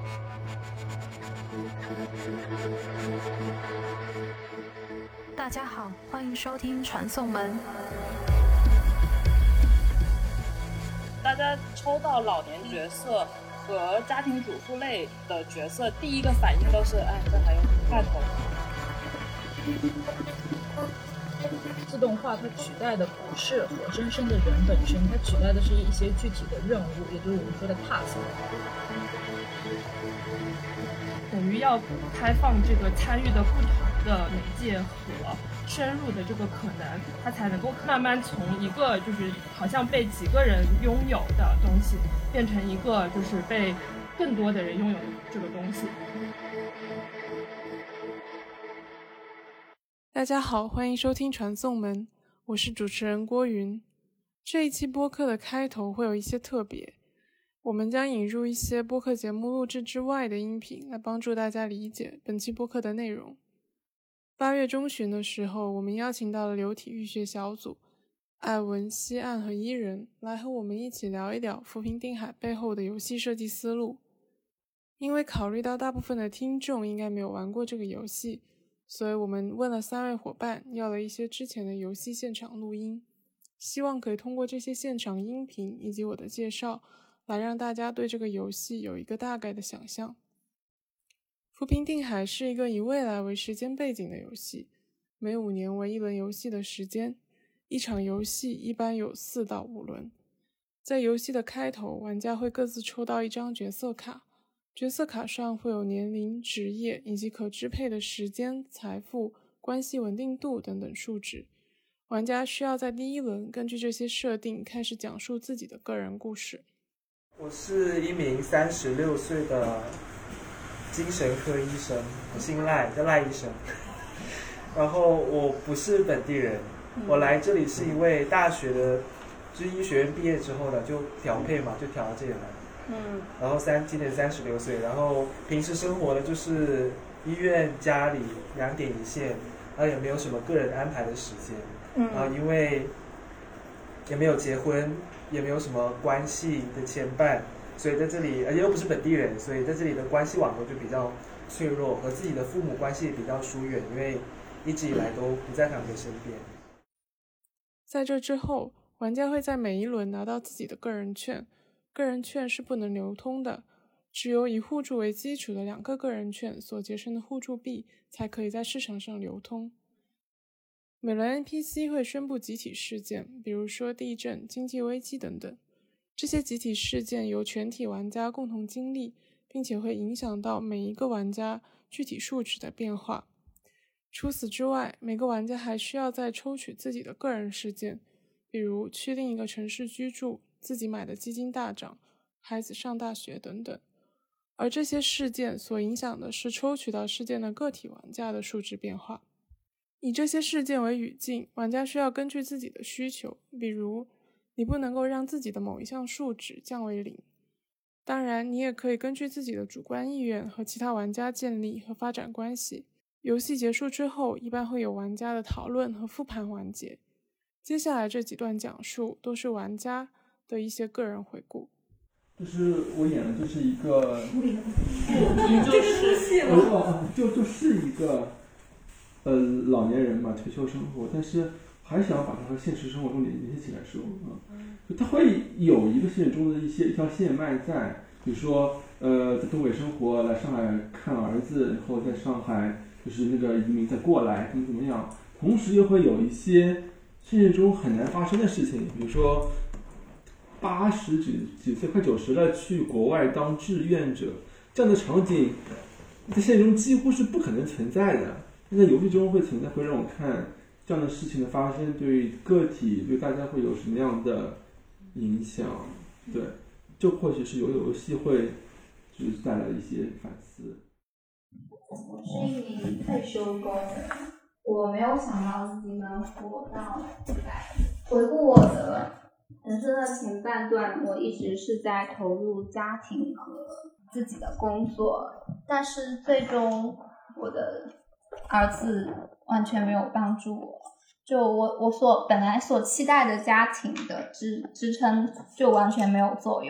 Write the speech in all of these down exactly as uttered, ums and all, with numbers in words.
大家好，欢迎收听传送门。 大家抽到老年角色和家庭主妇类的角色，第一个反应都是哎，这还有块头。 自动化它取代的不是活生生的人本身，它取代的是一些具体的任务，也就是我们说的 task。 等于要开放这个参与的不同的媒介和深入的这个可能，它才能够慢慢从一个就是好像被几个人拥有的东西，变成一个就是被更多的人拥有的这个东西。 大家好，欢迎收听传送门，我是主持人郭云。这一期播客的开头会有一些特别，我们将引入一些播客节目录制之外的音频，来帮助大家理解本期播客的内容。八月中旬的时候，我们邀请到了流体育学小组艾文、西岸和伊人来和我们一起聊一聊扶贫定海背后的游戏设计思路。因为考虑到大部分的听众应该没有玩过这个游戏，所以我们问了三位伙伴，要了一些之前的游戏现场录音，希望可以通过这些现场音频以及我的介绍，来让大家对这个游戏有一个大概的想象。扶贫定海是一个以未来为时间背景的游戏，每五年为一轮游戏的时间，一场游戏一般有四到五轮。在游戏的开头，玩家会各自抽到一张角色卡，角色卡上会有年龄、职业以及可支配的时间、财富、关系稳定度等等数值。玩家需要在第一轮根据这些设定开始讲述自己的个人故事。 我是一名三十六岁的精神科医生，我姓赖，叫赖医生。然后我不是本地人，我来这里是因为大学的，就是医学院毕业之后呢，就调配嘛，就调到这里来。嗯。然后三今年三十六岁，然后平时生活的就是医院、家里两点一线，然后也没有什么个人安排的时间。嗯。然后因为也没有结婚，也没有什么关系的牵绊。所以在这里，而且又不是本地人，所以在这里的关系网络就比较脆弱，和自己的父母关系比较疏远，因为一直以来都不在他们的身边。 在这之后，玩家会在每一轮拿到自己的个人券，个人券是不能流通的，只有以互助为基础的两个个人券所结成的互助币才可以在市场上流通。每轮 N P C 会宣布集体事件，比如说地震、经济危机等等。这些集体事件由全体玩家共同经历，并且会影响到每一个玩家具体数值的变化。除此之外，每个玩家还需要再抽取自己的个人事件，比如去另一个城市居住、自己买的基金大涨、孩子上大学等等。而这些事件所影响的是抽取到事件的个体玩家的数值变化。以这些事件为语境，玩家需要根据自己的需求，比如你不能够让自己的某一项数值降为零。当然，你也可以根据自己的主观意愿和其他玩家建立和发展关系。游戏结束之后，一般会有玩家的讨论和复盘环节。接下来这几段讲述都是玩家的一些个人回顾。 就是我演的就是一个， 就是呃，就就是一个，呃，老年人嘛，退休生活，但是还想把它和现实生活中联联系起来说啊，就它会有一个现实中的一些一条线脉在，比如说呃在东北生活，来上海看儿子，然后在上海就是那个移民再过来怎么怎么样，同时又会有一些现实中很难发生的事情，比如说八十几几岁快九十了去国外当志愿者，这样的场景在现实中几乎是不可能存在的，但在游戏中会存在，会让我看这样的事情的发生对个体对大家会有什么样的影响。对，这或许是有游戏会就是带来一些反思。 我是一名退休工人，我没有想到自己能活到一百。回顾我的人生的前半段，我一直是在投入家庭和自己的工作，但是最终我的儿子完全没有帮助我，就我我所本来所期待的家庭的支支撑就完全没有作用，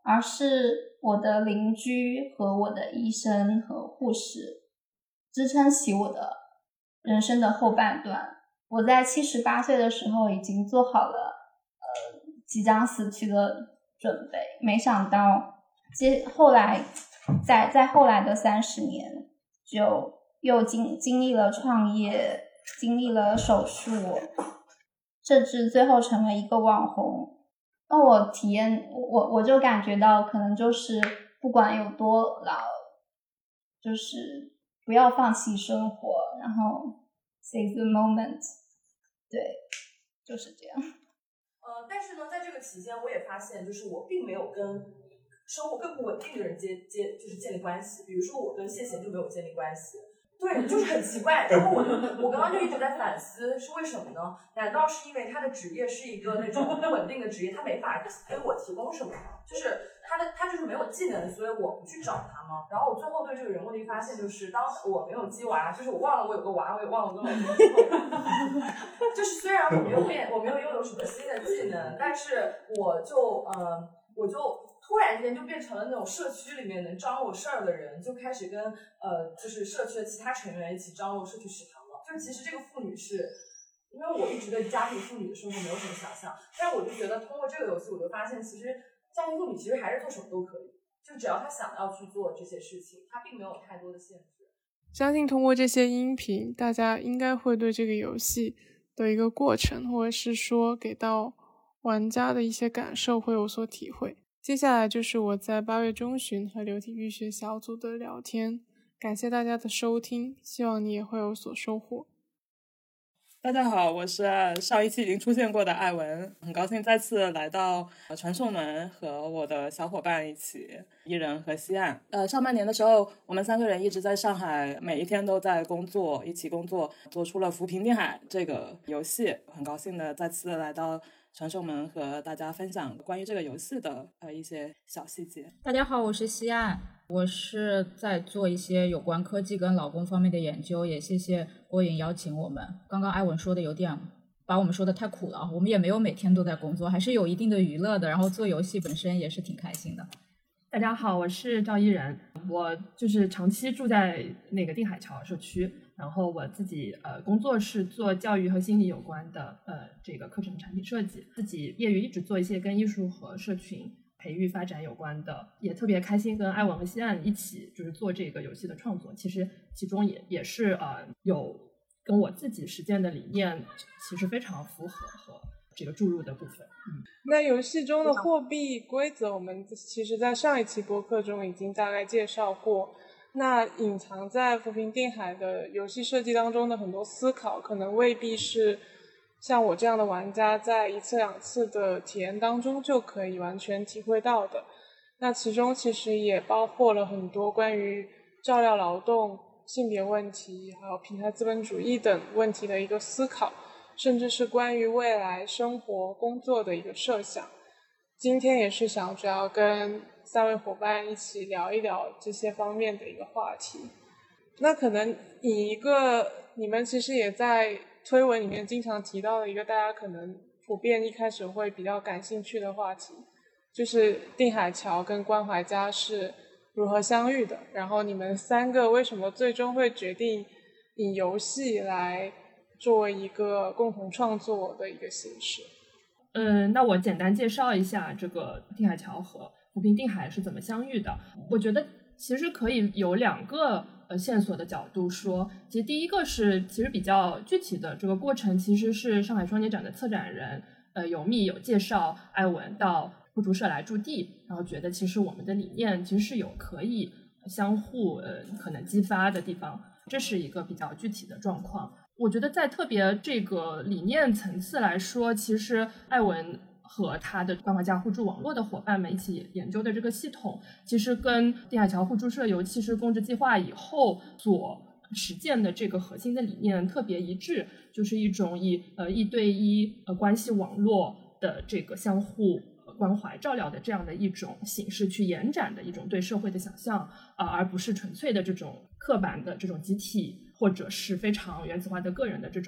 而是我的邻居和我的医生和护士支撑起我的人生的后半段。我在七十八岁的时候已经做好了呃即将死去的准备，没想到接后来在在后来的三十年就又经经历了创业，经历了手术，甚至最后成为一个网红。那我体验我我就感觉到可能就是不管有多老，就是不要放弃生活，然后 seize the moment。 对，就是这样。 呃，但是呢，在这个期间，我也发现，就是我并没有跟生活更不稳定的人接接，就是建立关系。比如说，我跟谢贤就没有建立关系。对，就是很奇怪。然后我我刚刚就一直在反思，是为什么呢？难道是因为他的职业是一个那种不稳定的职业，他没法给我提供什么吗？就是他的他就是没有技能，所以我不去找他吗？然后我最后对这个人物的一发现就是，当我没有鸡娃，就是我忘了我有个娃，我也忘了我跟老公之后，就是虽然我没有变，我没有拥有什么新的技能，但是我就嗯、呃，我就。突然间就变成了那种社区里面能张罗事儿的人，就开始跟呃，就是社区的其他成员一起张罗社区食堂了。就是其实这个妇女是，因为我一直对家庭妇女的生活没有什么想象，但是我就觉得通过这个游戏，我就发现其实家庭妇女其实还是做什么都可以，就只要她想要去做这些事情，她并没有太多的限制。 相信通过这些音频，大家应该会对这个游戏的一个过程，或者是说给到玩家的一些感受会有所体会。接下来就是我在八月中旬和流体育学小组的聊天，感谢大家的收听，希望你也会有所收获。 大家好，我是上一期已经出现过的艾文，很高兴再次来到传送门和我的小伙伴一起，伊人和西岸。呃，上半年的时候，我们三个人一直在上海，每一天都在工作，一起工作，做出了扶贫定海这个游戏。很高兴的再次来到传送门和大家分享关于这个游戏的呃一些小细节。 大家好，我是西岸，我是在做一些有关科技跟劳工方面的研究，也谢谢郭颖邀请我们。刚刚艾文说的有点把我们说的太苦了，我们也没有每天都在工作，还是有一定的娱乐的，然后做游戏本身也是挺开心的。 大家好，我是赵依然，我就是长期住在那个定海桥社区，然后我自己呃工作是做教育和心理有关的呃这个课程产品设计，自己业余一直做一些跟艺术和社群培育发展有关的，也特别开心跟艾文和西岸一起就是做这个游戏的创作，其实其中也也是呃有跟我自己实践的理念其实非常符合和这个注入的部分。嗯， 那游戏中的货币规则我们其实在上一期播客中已经大概介绍过，那隐藏在扶贫定海的游戏设计当中的很多思考可能未必是像我这样的玩家在一次两次的体验当中就可以完全体会到的。那其中其实也包括了很多关于照料劳动、性别问题还有平台资本主义等问题的一个思考，甚至是关于未来生活工作的一个设想。今天也是想主要跟三位伙伴一起聊一聊这些方面的一个话题。那可能以一个你们其实也在推文里面经常提到的一个大家可能普遍一开始会比较感兴趣的话题，就是定海桥跟关怀家是如何相遇的，然后你们三个为什么最终会决定以游戏来作为一个共同创作的一个形式。 嗯，那我简单介绍一下这个定海桥和扶贫定海是怎么相遇的。我觉得其实可以有两个呃线索的角度说，其实第一个是其实比较具体的这个过程，其实是上海双年展的策展人呃有密有介绍艾文到互助社来驻地，然后觉得其实我们的理念其实是有可以相互呃可能激发的地方，这是一个比较具体的状况。我觉得在特别这个理念层次来说，其实艾文和他的关怀家互助网络的伙伴们一起研究的这个系统，其实跟定海桥互助社，尤其是共治计划以后所实践的这个核心的理念特别一致，就是一种以呃一对一呃关系网络的这个相互关怀照料的这样的一种形式去延展的一种对社会的想象啊、呃，而不是纯粹的这种刻板的这种集体或者是非常原子化的个人的这种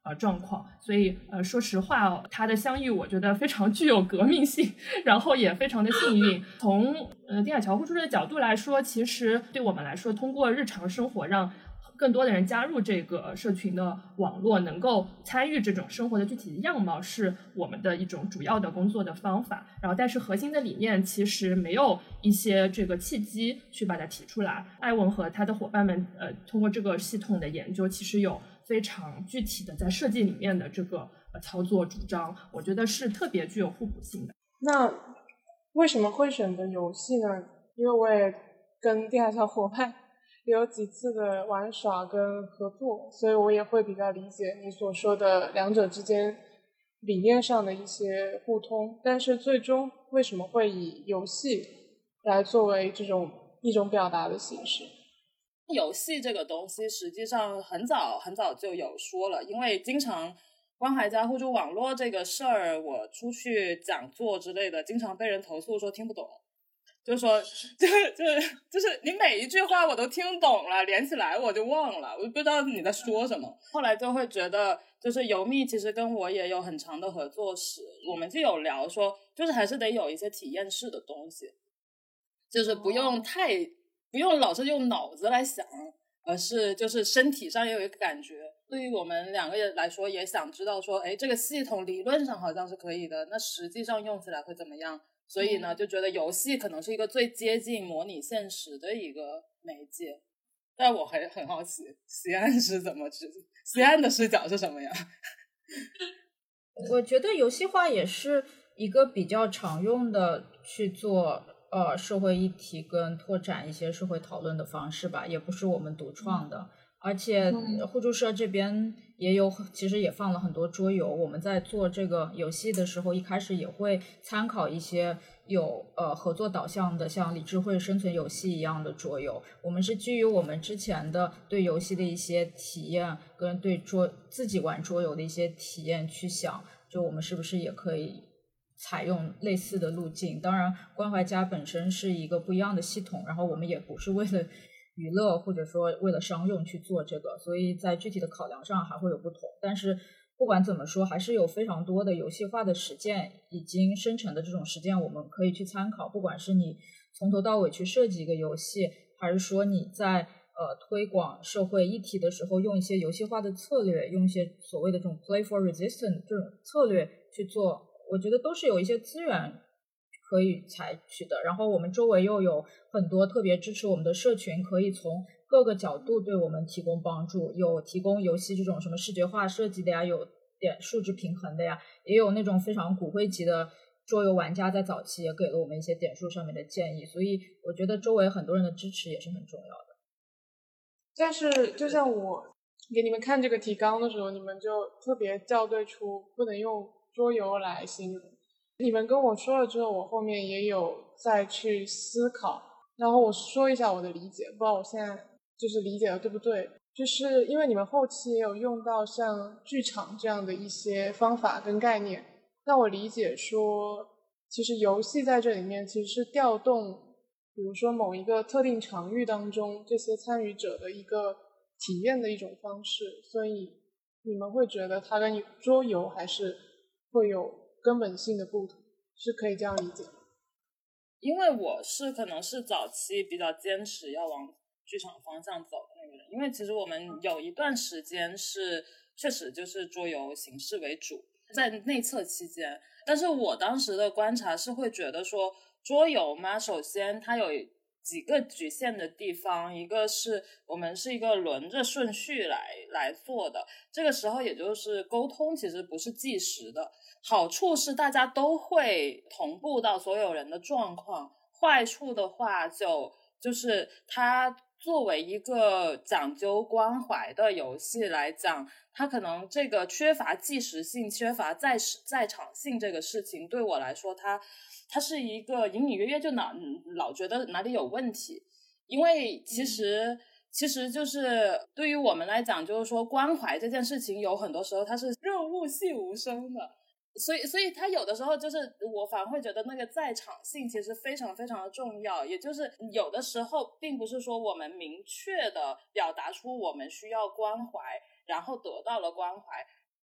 呃状况。所以呃说实话，它的相遇我觉得非常具有革命性，然后也非常的幸运。从呃丁海桥互助社的角度来说，其实对我们来说，通过日常生活让更多的人加入这个社群的网络，能够参与这种生活的具体的样貌，是我们的一种主要的工作的方法。然后但是核心的理念其实没有一些这个契机去把它提出来。艾文和他的伙伴们呃通过这个系统的研究，其实有非常具体的在设计里面的这个呃操作主张，我觉得是特别具有互补性的。 那为什么会选择游戏呢？因为我也跟丁海桥伙伴也有几次的玩耍跟合作，所以我也会比较理解你所说的两者之间理念上的一些互通。但是最终为什么会以游戏来作为这种一种表达的形式？ 游戏这个东西实际上很早很早就有说了，因为经常关怀加互助网络这个事儿，我出去讲座之类的，经常被人投诉说听不懂。就是说，就就是就是你每一句话我都听懂了，连起来我就忘了，我不知道你在说什么。后来就会觉得，就是游蜜其实跟我也有很长的合作史，我们就有聊说，就是还是得有一些体验式的东西，就是不用太不用老是用脑子来想，而是就是身体上也有一个感觉。对于我们两个人来说，也想知道说，哎，这个系统理论上好像是可以的，那实际上用起来会怎么样？所以呢，就觉得游戏可能是一个最接近模拟现实的一个媒介。但我还很好奇，西安是怎么知？西安的视角是什么呀？ 我觉得游戏化也是一个比较常用的去做呃社会议题跟拓展一些社会讨论的方式吧，也不是我们独创的。嗯而且互助社这边也有，其实也放了很多桌游。我们在做这个游戏的时候，一开始也会参考一些有呃合作导向的，像理智会生存游戏一样的桌游。我们是基于我们之前的对游戏的一些体验，跟对桌自己玩桌游的一些体验去想，就我们是不是也可以采用类似的路径。当然，关怀家本身是一个不一样的系统，然后我们也不是为了娱乐或者说为了商用去做这个，所以在具体的考量上还会有不同。但是不管怎么说，还是有非常多的游戏化的实践已经生成的这种实践我们可以去参考，不管是你从头到尾去设计一个游戏，还是说你在呃推广社会议题的时候用一些游戏化的策略，用一些所谓的这种 play for resistance 这种策略去做，我觉得都是有一些资源可以采取的。然后我们周围又有很多特别支持我们的社群，可以从各个角度对我们提供帮助，有提供游戏这种什么视觉化设计的呀，有点数值平衡的呀，也有那种非常骨灰级的桌游玩家在早期也给了我们一些点数上面的建议，所以我觉得周围很多人的支持也是很重要的。 但是就像我给你们看这个提纲的时候，你们就特别校对出不能用桌游来形容。你们跟我说了之后，我后面也有再去思考，然后我说一下我的理解，不知道我现在就是理解的对不对。就是因为你们后期也有用到像剧场这样的一些方法跟概念，那我理解说其实游戏在这里面其实是调动比如说某一个特定场域当中这些参与者的一个体验的一种方式，所以你们会觉得它跟桌游还是会有根本性的不同，是可以这样理解。 因为我是可能是早期比较坚持要往剧场方向走的那个人，因为其实我们有一段时间是确实就是桌游形式为主，在内测期间，但是我当时的观察是会觉得说桌游嘛，首先它有几个局限的地方，一个是我们是一个轮着顺序来来做的，这个时候也就是沟通其实不是即时的，好处是大家都会同步到所有人的状况，坏处的话就就是它作为一个讲究关怀的游戏来讲，它可能这个缺乏即时性，缺乏在在场性这个事情对我来说它它是一个隐隐约约就哪老觉得哪里有问题。因为其实、嗯、其实就是对于我们来讲，就是说关怀这件事情有很多时候它是润物细无声的，所以所以它有的时候就是我反而会觉得那个在场性其实非常非常的重要，也就是有的时候并不是说我们明确的表达出我们需要关怀然后得到了关怀，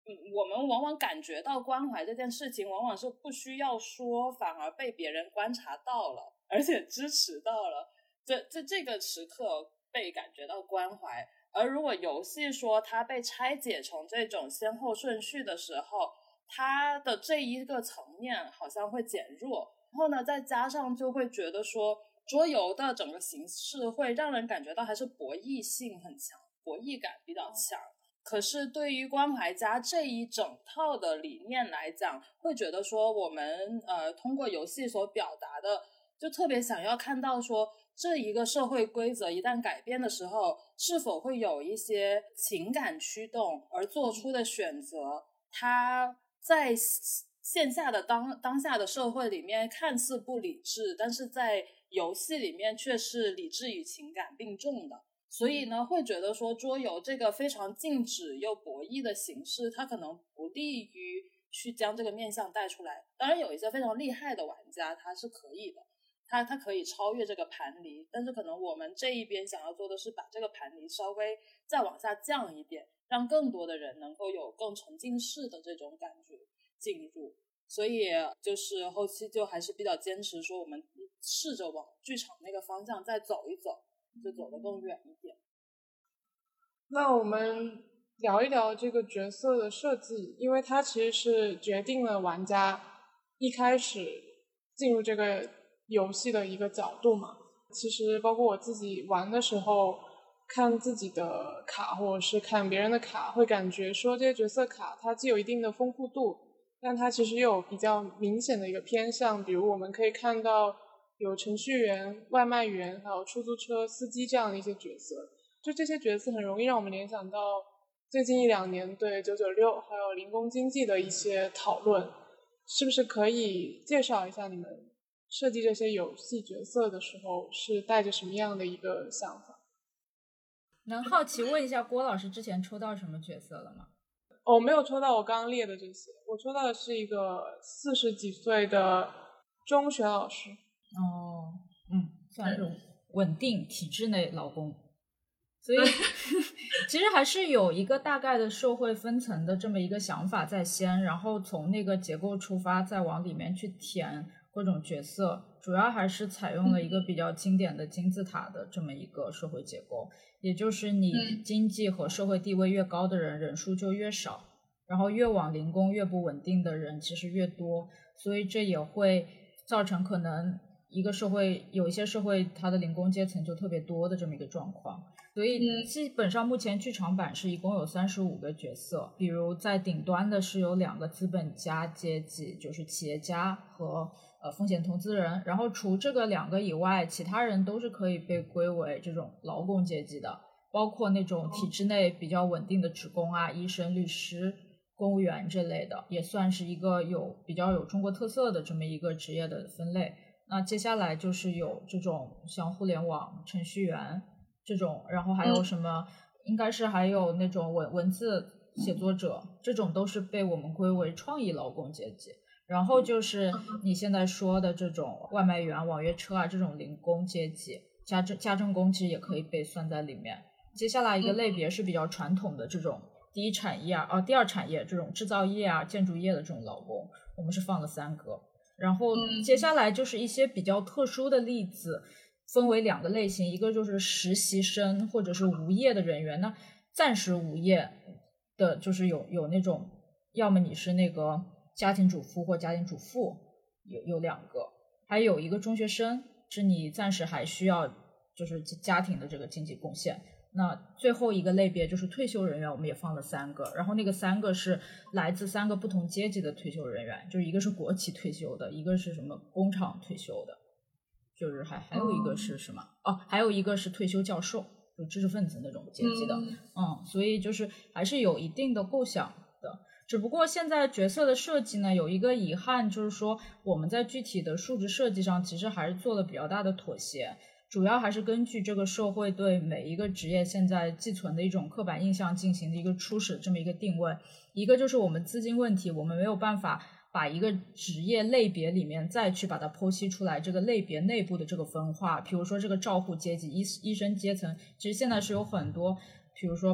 嗯，我们往往感觉到关怀这件事情往往是不需要说，反而被别人观察到了，而且支持到了，这这这个时刻被感觉到关怀。而如果游戏说它被拆解成这种先后顺序的时候，它的这一个层面好像会减弱，然后呢再加上就会觉得说桌游的整个形式会让人感觉到还是博弈性很强，博弈感比较强。可是对于关怀家这一整套的理念来讲，会觉得说我们呃通过游戏所表达的，就特别想要看到说这一个社会规则一旦改变的时候，是否会有一些情感驱动而做出的选择，它在线下的当当下的社会里面看似不理智，但是在游戏里面却是理智与情感并重的。所以呢，会觉得说桌游这个非常静止又博弈的形式，它可能不利于去将这个面向带出来。当然有一些非常厉害的玩家他是可以的，他他可以超越这个盘离，但是可能我们这一边想要做的是把这个盘离稍微再往下降一点，让更多的人能够有更沉浸式的这种感觉进入。所以就是后期就还是比较坚持说我们试着往剧场那个方向再走一走，就走得更远一点。 那我们聊一聊这个角色的设计，因为它其实是决定了玩家一开始进入这个游戏的一个角度嘛。其实包括我自己玩的时候，看自己的卡或者是看别人的卡，会感觉说这些角色卡它既有一定的丰富度，但它其实又有比较明显的一个偏向。比如我们可以看到有程序员、外卖员还有出租车司机这样的一些角色，就这些角色很容易让我们联想到最近一两年对九九六还有零工经济的一些讨论。是不是可以介绍一下你们设计这些游戏角色的时候是带着什么样的一个想法？ 能好奇问一下郭老师之前抽到什么角色了吗？ 哦，没有抽到我刚刚列的这些，我抽到的是一个四十几岁的中学老师。 哦，嗯，算是稳定体制内劳工，所以其实还是有一个大概的社会分层的这么一个想法在先，然后从那个结构出发，再往里面去填各种角色，主要还是采用了一个比较经典的金字塔的这么一个社会结构，也就是你经济和社会地位越高的人，人数就越少，然后越往零工越不稳定的人其实越多，所以这也会造成可能一个社会有一些社会它的零工阶层就特别多的这么一个状况。所以基本上目前剧场版是一共有三十五个角色，比如在顶端的是有两个资本家阶级，就是企业家和呃风险投资人，然后除这个两个以外，其他人都是可以被归为这种劳工阶级的，包括那种体制内比较稳定的职工啊、医生、律师、公务员这类的，也算是一个有比较有中国特色的这么一个职业的分类。那接下来就是有这种像互联网程序员这种，然后还有什么、嗯、应该是还有那种文文字写作者，这种都是被我们归为创意劳工阶级。然后就是你现在说的这种外卖员、网约车啊这种零工阶级，家政家政工其实也可以被算在里面。接下来一个类别是比较传统的这种第一产业啊、哦、第二产业这种制造业啊、建筑业的这种劳工，我们是放了三个。然后接下来就是一些比较特殊的例子，分为两个类型，一个就是实习生或者是无业的人员。那暂时无业的就是有有那种，要么你是那个家庭主妇或家庭主妇，有有两个，还有一个中学生，是你暂时还需要就是家庭的这个经济贡献。那最后一个类别就是退休人员，我们也放了三个，然后那个三个是来自三个不同阶级的退休人员，就是一个是国企退休的，一个是什么工厂退休的，就是还还有一个是什么哦，还有一个是退休教授，就知识分子那种阶级的，嗯, 嗯所以就是还是有一定的构想的。只不过现在角色的设计呢，有一个遗憾，就是说我们在具体的数值设计上其实还是做了比较大的妥协，主要还是根据这个社会对每一个职业现在寄存的一种刻板印象进行的一个初始这么一个定位。一个就是我们资金问题，我们没有办法把一个职业类别里面再去把它剖析出来这个类别内部的这个分化，比如说这个照护阶级、医医生阶层，其实现在是有很多比如说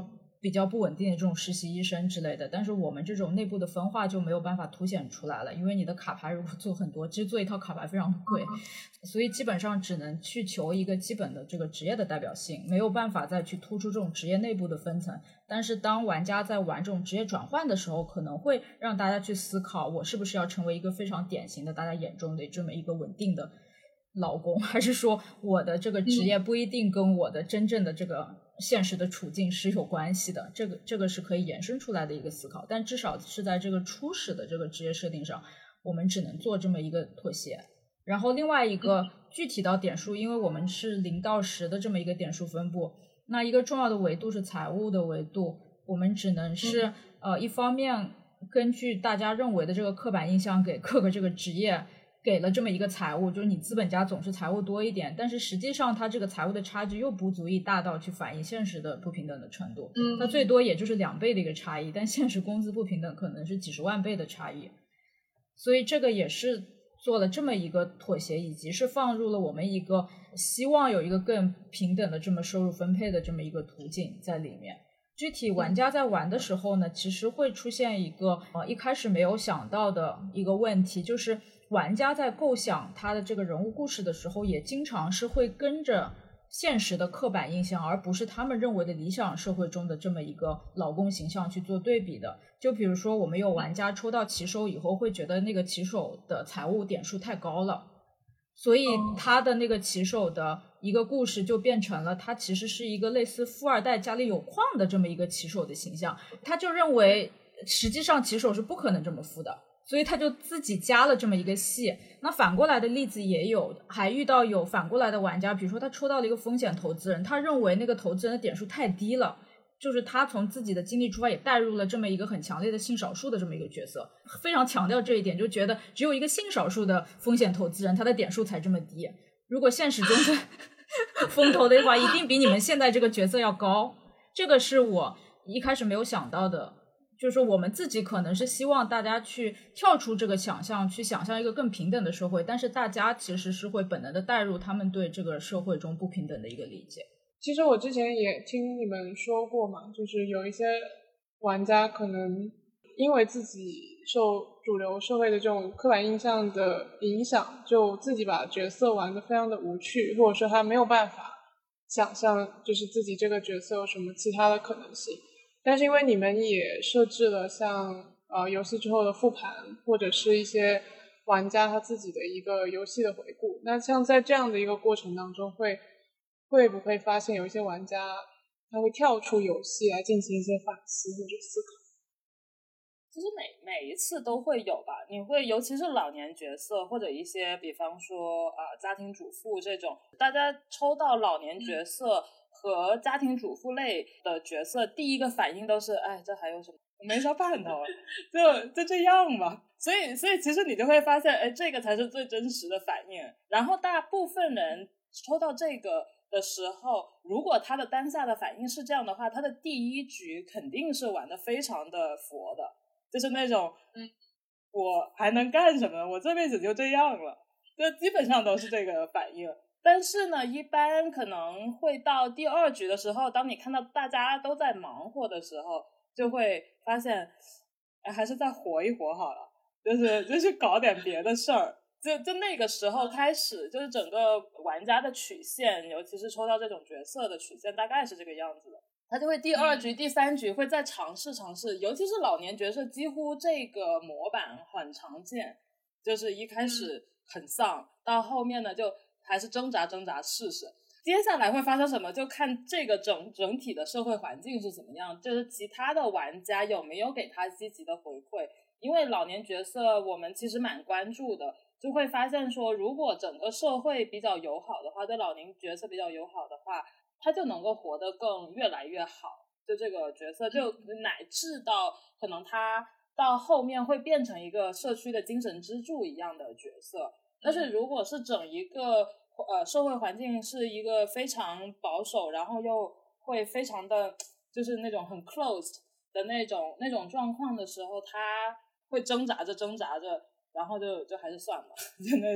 比较不稳定的这种实习医生之类的，但是我们这种内部的分化就没有办法凸显出来了，因为你的卡牌如果做很多，其实做一套卡牌非常的贵，所以基本上只能去求一个基本的这个职业的代表性，没有办法再去突出这种职业内部的分层。但是当玩家在玩这种职业转换的时候，可能会让大家去思考，我是不是要成为一个非常典型的大家眼中的这么一个稳定的劳工，还是说我的这个职业不一定跟我的真正的这个现实的处境是有关系的，这个这个是可以延伸出来的一个思考，但至少是在这个初始的这个职业设定上，我们只能做这么一个妥协。然后另外一个具体到点数，因为我们是零到十的这么一个点数分布，那一个重要的维度是财务的维度，我们只能是、嗯、呃一方面根据大家认为的这个刻板印象给各个这个职业给了这么一个财务，就是你资本家总是财务多一点，但是实际上它这个财务的差距又不足以大到去反映现实的不平等的程度，嗯，它最多也就是两倍的一个差异，但现实工资不平等可能是几十万倍的差异，所以这个也是做了这么一个妥协，以及是放入了我们一个希望有一个更平等的这么收入分配的这么一个途径在里面。具体玩家在玩的时候呢，其实会出现一个呃一开始没有想到的一个问题，就是玩家在构想他的这个人物故事的时候，也经常是会跟着现实的刻板印象，而不是他们认为的理想社会中的这么一个劳工形象去做对比的。就比如说我们有玩家抽到骑手以后会觉得那个骑手的财务点数太高了，所以他的那个骑手的一个故事就变成了他其实是一个类似富二代家里有矿的这么一个骑手的形象，他就认为实际上骑手是不可能这么富的，所以他就自己加了这么一个戏。那反过来的例子也有，还遇到有反过来的玩家，比如说他抽到了一个风险投资人，他认为那个投资人的点数太低了，就是他从自己的经历出发也带入了这么一个很强烈的性少数的这么一个角色，非常强调这一点，就觉得只有一个性少数的风险投资人他的点数才这么低，如果现实中的风投的话一定比你们现在这个角色要高。这个是我一开始没有想到的，就是我们自己可能是希望大家去跳出这个想象，去想象一个更平等的社会，但是大家其实是会本能的带入他们对这个社会中不平等的一个理解。 其实我之前也听你们说过嘛，就是有一些玩家可能因为自己受主流社会的这种刻板印象的影响，就自己把角色玩得非常的无趣，或者说他没有办法想象就是自己这个角色有什么其他的可能性。但是因为你们也设置了像呃游戏之后的复盘，或者是一些玩家他自己的一个游戏的回顾，那像在这样的一个过程当中会会不会发现有一些玩家他会跳出游戏来进行一些反思或者思考？ 其实每每一次都会有吧，你会尤其是老年角色或者一些比方说呃家庭主妇这种，大家抽到老年角色和家庭主妇类的角色，第一个反应都是哎这还有什么没啥盼头，就就这样吧。所以所以其实你就会发现哎这个才是最真实的反应。然后大部分人抽到这个的时候，如果他的当下的反应是这样的话，他的第一局肯定是玩得非常的佛的，就是那种嗯，我还能干什么，我这辈子就这样了，就基本上都是这个反应。但是呢一般可能会到第二局的时候，当你看到大家都在忙活的时候，就会发现哎，还是再活一活好了，就是就去搞点别的事儿。就就那个时候开始，就是整个玩家的曲线，尤其是抽到这种角色的曲线大概是这个样子的，他就会第二局、嗯、第三局会再尝试尝试，尤其是老年角色，几乎这个模板很常见，就是一开始很丧、嗯、到后面呢就还是挣扎挣扎试试，接下来会发生什么就看这个整整体的社会环境是怎么样，就是其他的玩家有没有给他积极的回馈。因为老年角色我们其实蛮关注的，就会发现说如果整个社会比较友好的话，对老年角色比较友好的话，他就能够活得更越来越好，就这个角色就乃至到可能他到后面会变成一个社区的精神支柱一样的角色。但是如果是整一个呃社会环境是一个非常保守，然后又会非常的就是那种很 closed 的那种那种状况的时候，他会挣扎着挣扎着，然后就就还是算了，就那种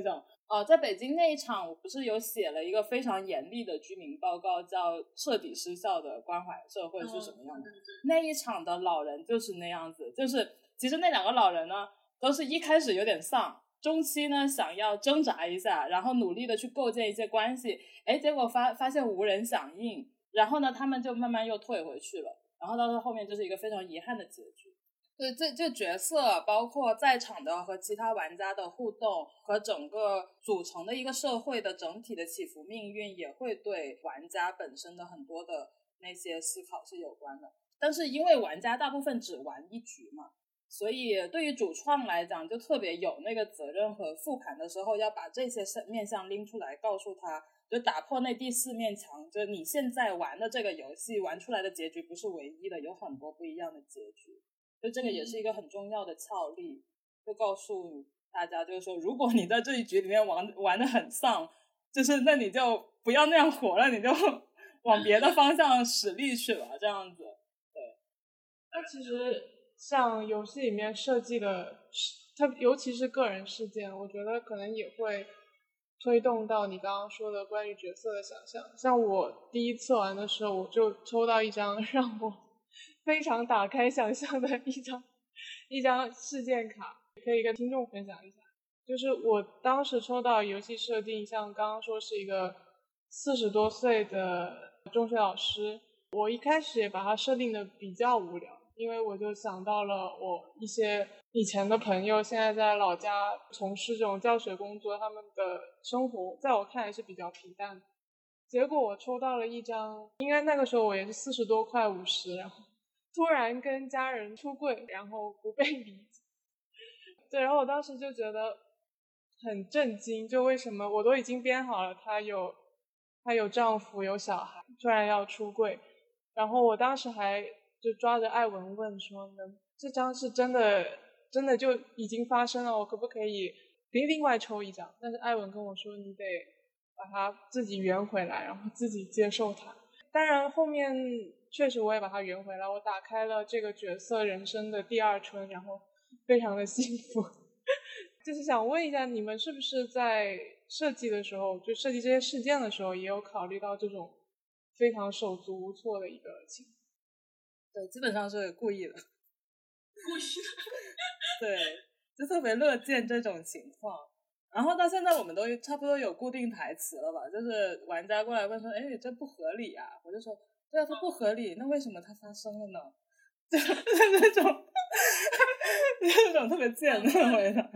呃，在北京那一场，我不是有写了一个非常严厉的居民报告，叫彻底失效的关怀社会是什么样的、嗯、那一场的老人就是那样子，就是其实那两个老人呢都是一开始有点丧，中期呢想要挣扎一下，然后努力的去构建一些关系，哎，结果发发现无人响应，然后呢他们就慢慢又退回去了，然后到了后面就是一个非常遗憾的结局。对，这这角色包括在场的和其他玩家的互动，和整个组成的一个社会的整体的起伏命运，也会对玩家本身的很多的那些思考是有关的。但是因为玩家大部分只玩一局嘛，所以对于主创来讲就特别有那个责任和复盘的时候要把这些面向拎出来，告诉他就打破那第四面墙，就你现在玩的这个游戏玩出来的结局不是唯一的，有很多不一样的结局。就这个也是一个很重要的窍力，就告诉大家，就是说如果你在这一局里面玩玩得很丧，就是那你就不要那样活了，你就往别的方向使力去了，这样子。对。 那其实像游戏里面设计的，它尤其是个人事件，我觉得可能也会推动到你刚刚说的关于角色的想象。像我第一次玩的时候，我就抽到一张让我非常打开想象的一张一张事件卡，可以跟听众分享一下。就是我当时抽到游戏设定，像刚刚说是一个四十多岁的中学老师，我一开始也把它设定的比较无聊，因为我就想到了我一些以前的朋友现在在老家从事这种教学工作，他们的生活在我看来是比较平淡的。结果我抽到了一张，应该那个时候我也是四十多快五十，然后突然跟家人出柜，然后不被理解。对，然后我当时就觉得很震惊，就为什么我都已经编好了她有她有丈夫有小孩，突然要出柜。然后我当时还就抓着艾文问说，能这张是真的真的就已经发生了，我可不可以另另外抽一张？但是艾文跟我说你得把它自己圆回来，然后自己接受它。当然后面确实我也把它圆回来，我打开了这个角色人生的第二春，然后非常的幸福。就是想问一下，你们是不是在设计的时候，就设计这些事件的时候，也有考虑到这种非常手足无措的一个情况？ 对，基本上是故意的。 故意的。 对，就特别乐见这种情况。然后到现在我们都差不多有固定台词了吧，就是玩家过来问说，哎，这不合理啊，我就说对啊，它不合理，那为什么它发生了呢？就是那种那种特别贱的回答。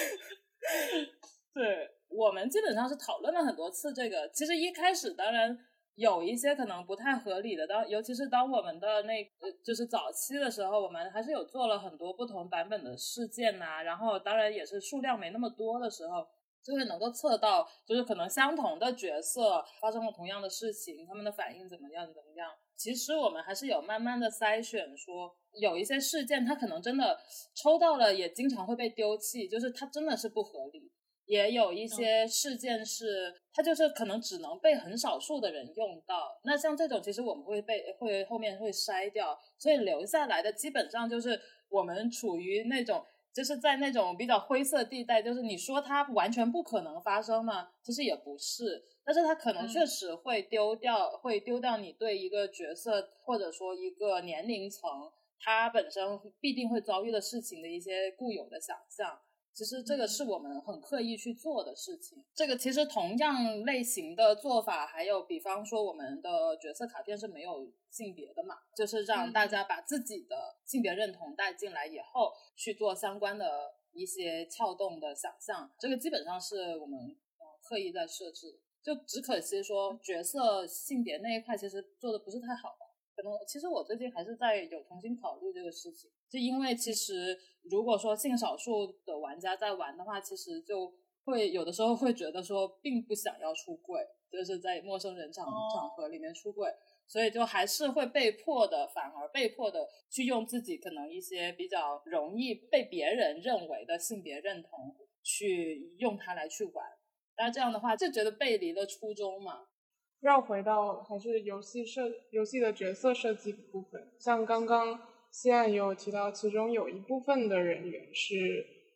对，我们基本上是讨论了很多次这个，其实一开始当然有一些可能不太合理的，当尤其是当我们的那呃就是早期的时候，我们还是有做了很多不同版本的事件呐、啊，然后当然也是数量没那么多的时候，就会能够测到就是可能相同的角色发生了同样的事情，他们的反应怎么样怎么样。其实我们还是有慢慢的筛选，说有一些事件它可能真的抽到了也经常会被丢弃，就是它真的是不合理，也有一些事件是它就是可能只能被很少数的人用到，那像这种其实我们会被会后面会筛掉，所以留下来的基本上就是我们处于那种就是在那种比较灰色地带，就是你说它完全不可能发生吗？其实也不是，但是它可能确实会丢掉、嗯、会丢掉你对一个角色或者说一个年龄层它本身必定会遭遇的事情的一些固有的想象。其实这个是我们很刻意去做的事情。这个其实同样类型的做法还有比方说我们的角色卡片是没有性别的嘛，就是让大家把自己的性别认同带进来以后去做相关的一些撬动的想象，这个基本上是我们刻意在设置，就只可惜说角色性别那一块其实做的不是太好吧。可能其实我最近还是在有重新考虑这个事情，就因为其实如果说性少数的玩家在玩的话，其实就会有的时候会觉得说并不想要出柜，就是在陌生人场、哦、场合里面出柜，所以就还是会被迫的反而被迫的去用自己可能一些比较容易被别人认为的性别认同去用它来去玩，那这样的话就觉得背离了初衷嘛。 绕回到还是游戏设游戏的角色设计部分，像刚刚西岸有提到其中有一部分的人员是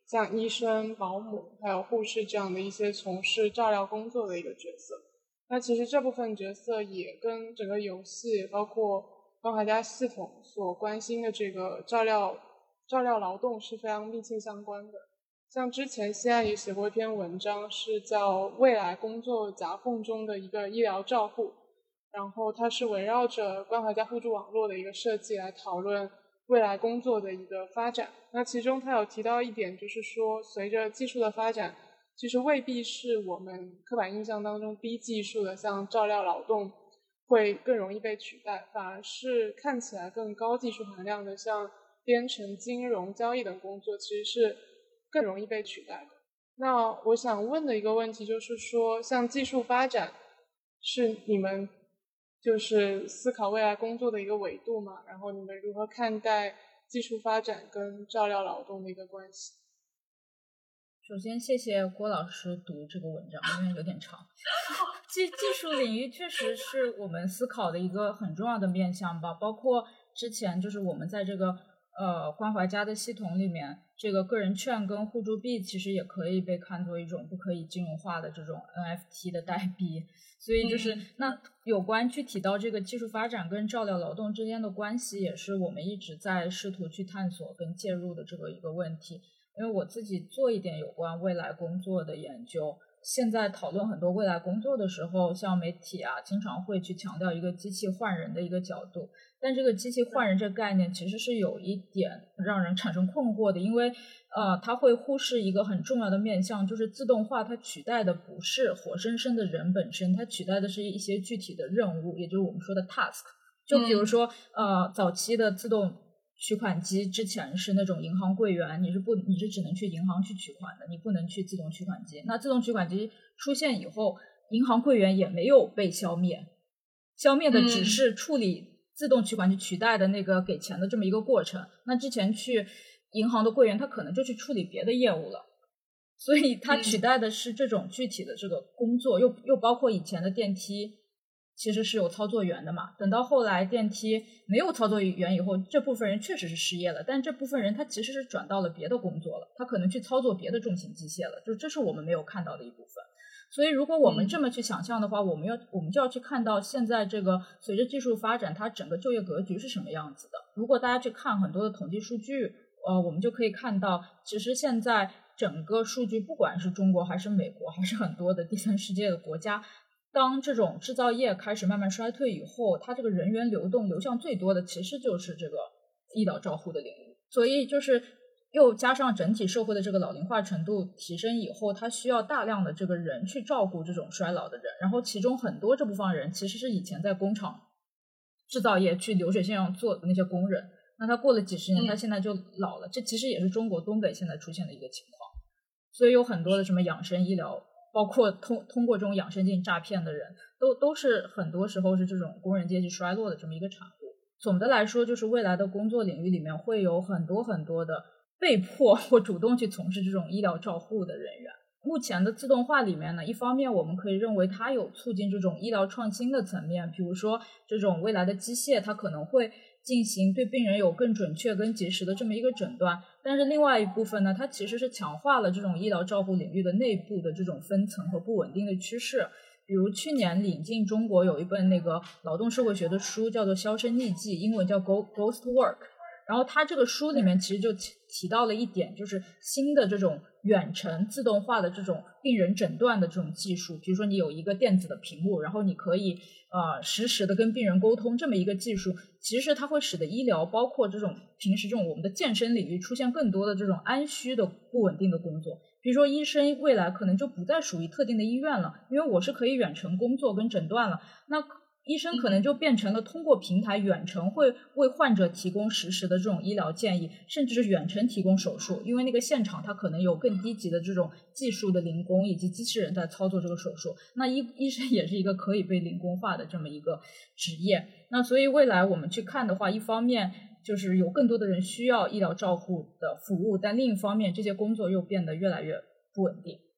像医生、保姆还有护士这样的一些从事照料工作的一个角色。那其实这部分角色也跟整个游戏包括关怀家系统所关心的这个照料照料劳动是非常密切相关的。像之前西岸也写过一篇文章，是叫未来工作夹缝中的一个医疗照护，然后它是围绕着关怀家互助网络的一个设计来讨论未来工作的一个发展。那其中它有提到一点，就是说随着技术的发展，其实未必是我们刻板印象当中低技术的像照料劳动会更容易被取代，反而是看起来更高技术含量的像编程、金融、交易等工作其实是更容易被取代的。那我想问的一个问题就是说，像技术发展是你们就是思考未来工作的一个维度嘛？然后你们如何看待技术发展跟照料劳动的一个关系？ 首先谢谢郭老师读这个文章，因为有点长。技技术领域确实是我们思考的一个很重要的面向吧，包括之前就是我们在这个呃关怀家的系统里面，这个个人券跟互助币其实也可以被看作一种不可以金融化的这种 N F T 的代币。所以就是、嗯、那有关具体到这个技术发展跟照料劳动之间的关系，也是我们一直在试图去探索跟介入的这个一个问题。因为我自己做一点有关未来工作的研究，现在讨论很多未来工作的时候，像媒体啊经常会去强调一个机器换人的一个角度，但这个机器换人这个概念其实是有一点让人产生困惑的，因为呃，它会忽视一个很重要的面向，就是自动化它取代的不是活生生的人本身，它取代的是一些具体的任务，也就是我们说的 task。 就比如说、嗯、呃，早期的自动取款机之前是那种银行柜员，你是不你是只能去银行去取款的，你不能去自动取款机。那自动取款机出现以后，银行柜员也没有被消灭，消灭的只是处理自动取款机取代的那个给钱的这么一个过程。那之前去银行的柜员他可能就去处理别的业务了，所以他取代的是这种具体的这个工作，又又包括以前的电梯其实是有操作员的嘛，等到后来电梯没有操作员以后，这部分人确实是失业了，但这部分人他其实是转到了别的工作了，他可能去操作别的重型机械了，就这是我们没有看到的一部分。所以如果我们这么去想象的话、嗯、我们要我们就要去看到现在这个随着技术发展它整个就业格局是什么样子的。如果大家去看很多的统计数据，呃，我们就可以看到其实现在整个数据不管是中国还是美国还是很多的第三世界的国家，当这种制造业开始慢慢衰退以后，它这个人员流动流向最多的其实就是这个医疗照护的领域。所以就是又加上整体社会的这个老龄化程度提升以后，它需要大量的这个人去照顾这种衰老的人，然后其中很多这部分人其实是以前在工厂制造业去流水线上做的那些工人，那他过了几十年他现在就老了、嗯、这其实也是中国东北现在出现的一个情况。所以有很多的什么养生医疗，包括通通过这种养生进行诈骗的人，都都是很多时候是这种工人阶级衰落的这么一个产物。总的来说，就是未来的工作领域里面会有很多很多的被迫或主动去从事这种医疗照护的人员。目前的自动化里面呢，一方面我们可以认为它有促进这种医疗创新的层面，比如说这种未来的机械它可能会进行对病人有更准确跟及时的这么一个诊断，但是另外一部分呢，它其实是强化了这种医疗照护领域的内部的这种分层和不稳定的趋势。比如去年引进中国有一本那个劳动社会学的书叫做《销声匿迹》，英文叫 Ghost Work， 然后它这个书里面其实就提到了一点，就是新的这种远程自动化的这种病人诊断的这种技术，比如说你有一个电子的屏幕，然后你可以呃实时的跟病人沟通，这么一个技术其实它会使得医疗包括这种平时这种我们的健身领域出现更多的这种安虚的不稳定的工作。比如说医生未来可能就不再属于特定的医院了，因为我是可以远程工作跟诊断了，那医生可能就变成了通过平台远程会为患者提供实时的这种医疗建议，甚至是远程提供手术，因为那个现场它可能有更低级的这种技术的零工以及机器人在操作这个手术，那医医生也是一个可以被零工化的这么一个职业。那所以未来我们去看的话，一方面就是有更多的人需要医疗照护的服务，但另一方面这些工作又变得越来越不稳定。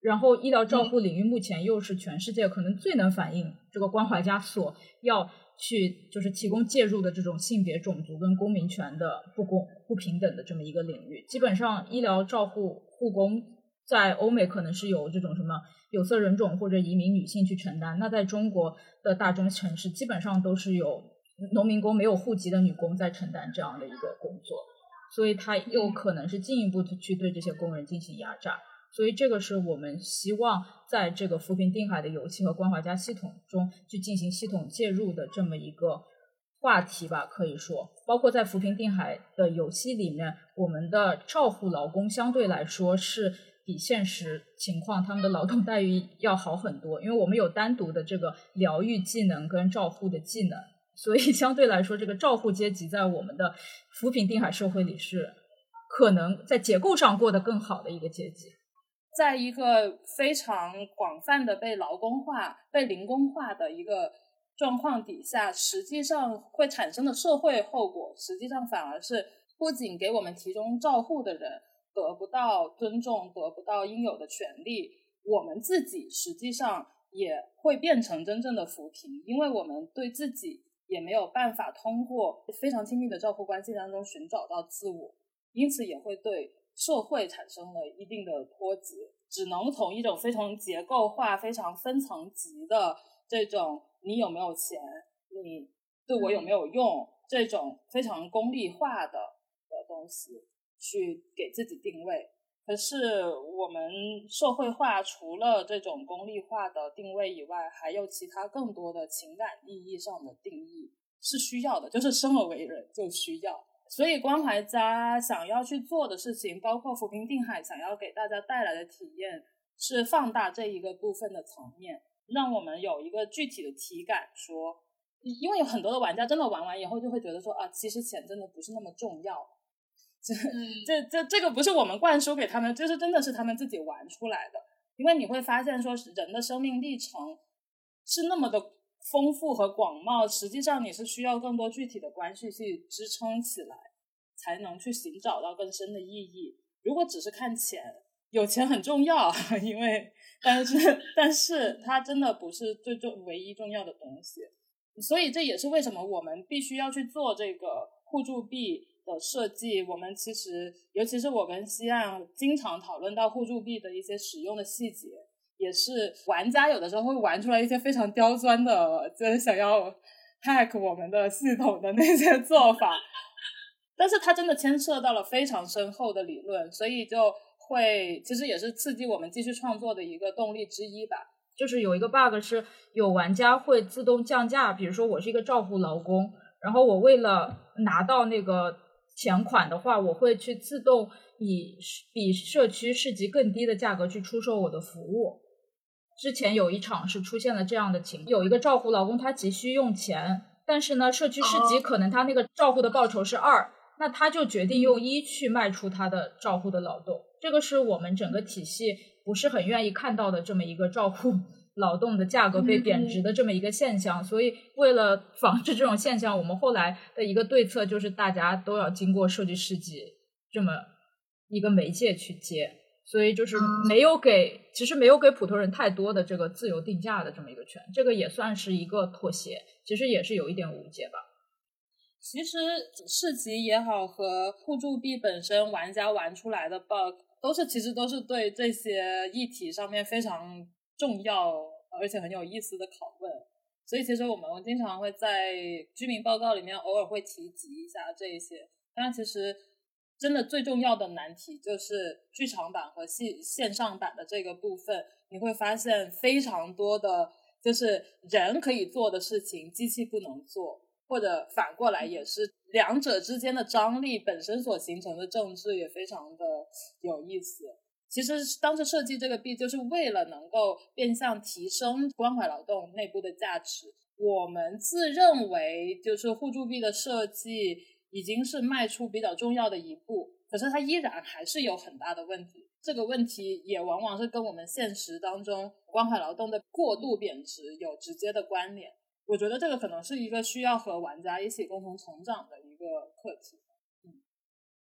然后医疗照护领域目前又是全世界可能最能反映这个关怀家所要去就是提供介入的这种性别、种族跟公民权的不公不平等的这么一个领域。基本上医疗照护护工在欧美可能是由这种什么有色人种或者移民女性去承担，那在中国的大中城市基本上都是有农民工没有户籍的女工在承担这样的一个工作，所以它又可能是进一步的去对这些工人进行压榨。所以这个是我们希望在这个扶贫定海的油气和关怀家系统中去进行系统介入的这么一个话题吧，可以说包括在扶贫定海的油气里面，我们的照护劳工相对来说是比现实情况他们的劳动待遇要好很多，因为我们有单独的这个疗愈技能跟照护的技能，所以相对来说这个照护阶级在我们的扶贫定海社会里是可能在结构上过得更好的一个阶级。 在一个非常广泛的被劳工化、被零工化的一个状况底下，实际上会产生的社会后果，实际上反而是不仅给我们提供照护的人得不到尊重，得不到应有的权利，我们自己实际上也会变成真正的扶贫，因为我们对自己也没有办法通过非常亲密的照护关系当中寻找到自我，因此也会对社会产生了一定的脱节，只能从一种非常结构化、非常分层级的这种你有没有钱，你对我有没有用，这种非常功利化的的东西去给自己定位。可是我们社会化除了这种功利化的定位以外，还有其他更多的情感意义上的定义是需要的，就是生而为人就需要。所以关怀家想要去做的事情，包括扶贫定海想要给大家带来的体验，是放大这一个部分的层面，让我们有一个具体的体感说，因为有很多的玩家真的玩完以后就会觉得说啊，其实钱真的不是那么重要，这这这这个不是我们灌输给他们，这是真的是他们自己玩出来的。因为你会发现说人的生命历程是那么的丰富和广袤，实际上你是需要更多具体的关系去支撑起来，才能去寻找到更深的意义。如果只是看钱，有钱很重要，因为但是但是它真的不是最重唯一重要的东西。所以这也是为什么我们必须要去做这个互助币的设计。我们其实尤其是我跟西岸经常讨论到互助币的一些使用的细节，也是玩家有的时候会玩出来一些非常刁钻的，就是想要 hack 我们的系统的那些做法，但是它真的牵涉到了非常深厚的理论，所以就会其实也是刺激我们继续创作的一个动力之一吧。 就是有一个 bug 是有玩家会自动降价，比如说我是一个照护劳工，然后我为了拿到那个钱款的话，我会去自动以比社区市集更低的价格去出售我的服务。之前有一场是出现了这样的情况，有一个照护劳工他急需用钱，但是呢社区市集可能他那个照护的报酬是二，那他就决定用一去卖出他的照护的劳动。这个是我们整个体系不是很愿意看到的这么一个照护劳动的价格被贬值的这么一个现象，所以为了防止这种现象，我们后来的一个对策就是大家都要经过社区市集这么一个媒介去接，所以就是没有给其实没有给普通人太多的这个自由定价的这么一个权，这个也算是一个妥协，其实也是有一点无解吧。 其实市集也好和互助币本身玩家玩出来的 bug 都是其实都是对这些议题上面非常重要而且很有意思的拷问，所以其实我们经常会在居民报告里面偶尔会提及一下这一些。但其实真的最重要的难题就是剧场版和线上版的这个部分，你会发现非常多的就是人可以做的事情机器不能做，或者反过来也是两者之间的张力本身所形成的政治也非常的有意思。其实当时设计这个币就是为了能够变相提升关怀劳动内部的价值，我们自认为就是互助币的设计已经是迈出比较重要的一步，可是它依然还是有很大的问题，这个问题也往往是跟我们现实当中关怀劳动的过度贬值有直接的关联。我觉得这个可能是一个需要和玩家一起共同成长的一个课题。嗯，